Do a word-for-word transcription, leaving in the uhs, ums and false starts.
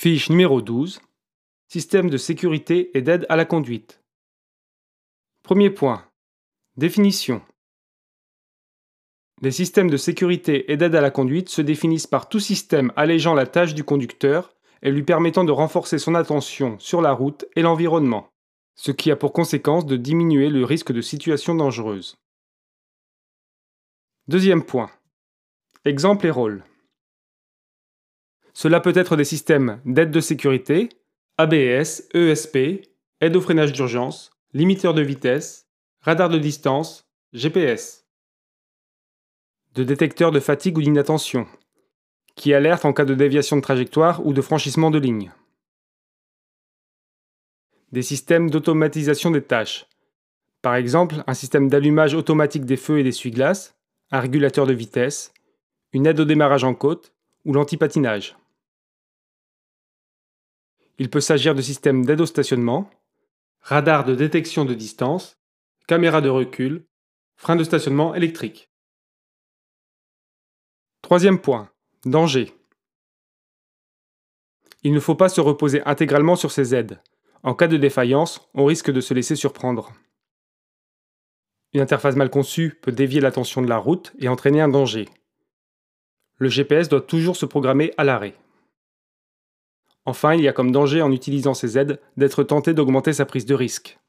Fiche numéro douze. Système de sécurité et d'aide à la conduite. Premier point. Définition. Les systèmes de sécurité et d'aide à la conduite se définissent par tout système allégeant la tâche du conducteur et lui permettant de renforcer son attention sur la route et l'environnement, ce qui a pour conséquence de diminuer le risque de situations dangereuses. Deuxième point. Exemple et rôle. Cela peut être des systèmes d'aide de sécurité, A B S, E S P, aide au freinage d'urgence, limiteur de vitesse, radar de distance, G P S. De détecteurs de fatigue ou d'inattention, qui alertent en cas de déviation de trajectoire ou de franchissement de ligne. Des systèmes d'automatisation des tâches. Par exemple, un système d'allumage automatique des feux et d'essuie-glaces, un régulateur de vitesse, une aide au démarrage en côte ou l'antipatinage. Il peut s'agir de systèmes d'aide au stationnement, radar de détection de distance, caméra de recul, frein de stationnement électrique. Troisième point. Danger. Il ne faut pas se reposer intégralement sur ces aides. En cas de défaillance, on risque de se laisser surprendre. Une interface mal conçue peut dévier l'attention de la route et entraîner un danger. Le G P S doit toujours se programmer à l'arrêt. Enfin, il y a comme danger en utilisant ces aides d'être tenté d'augmenter sa prise de risque.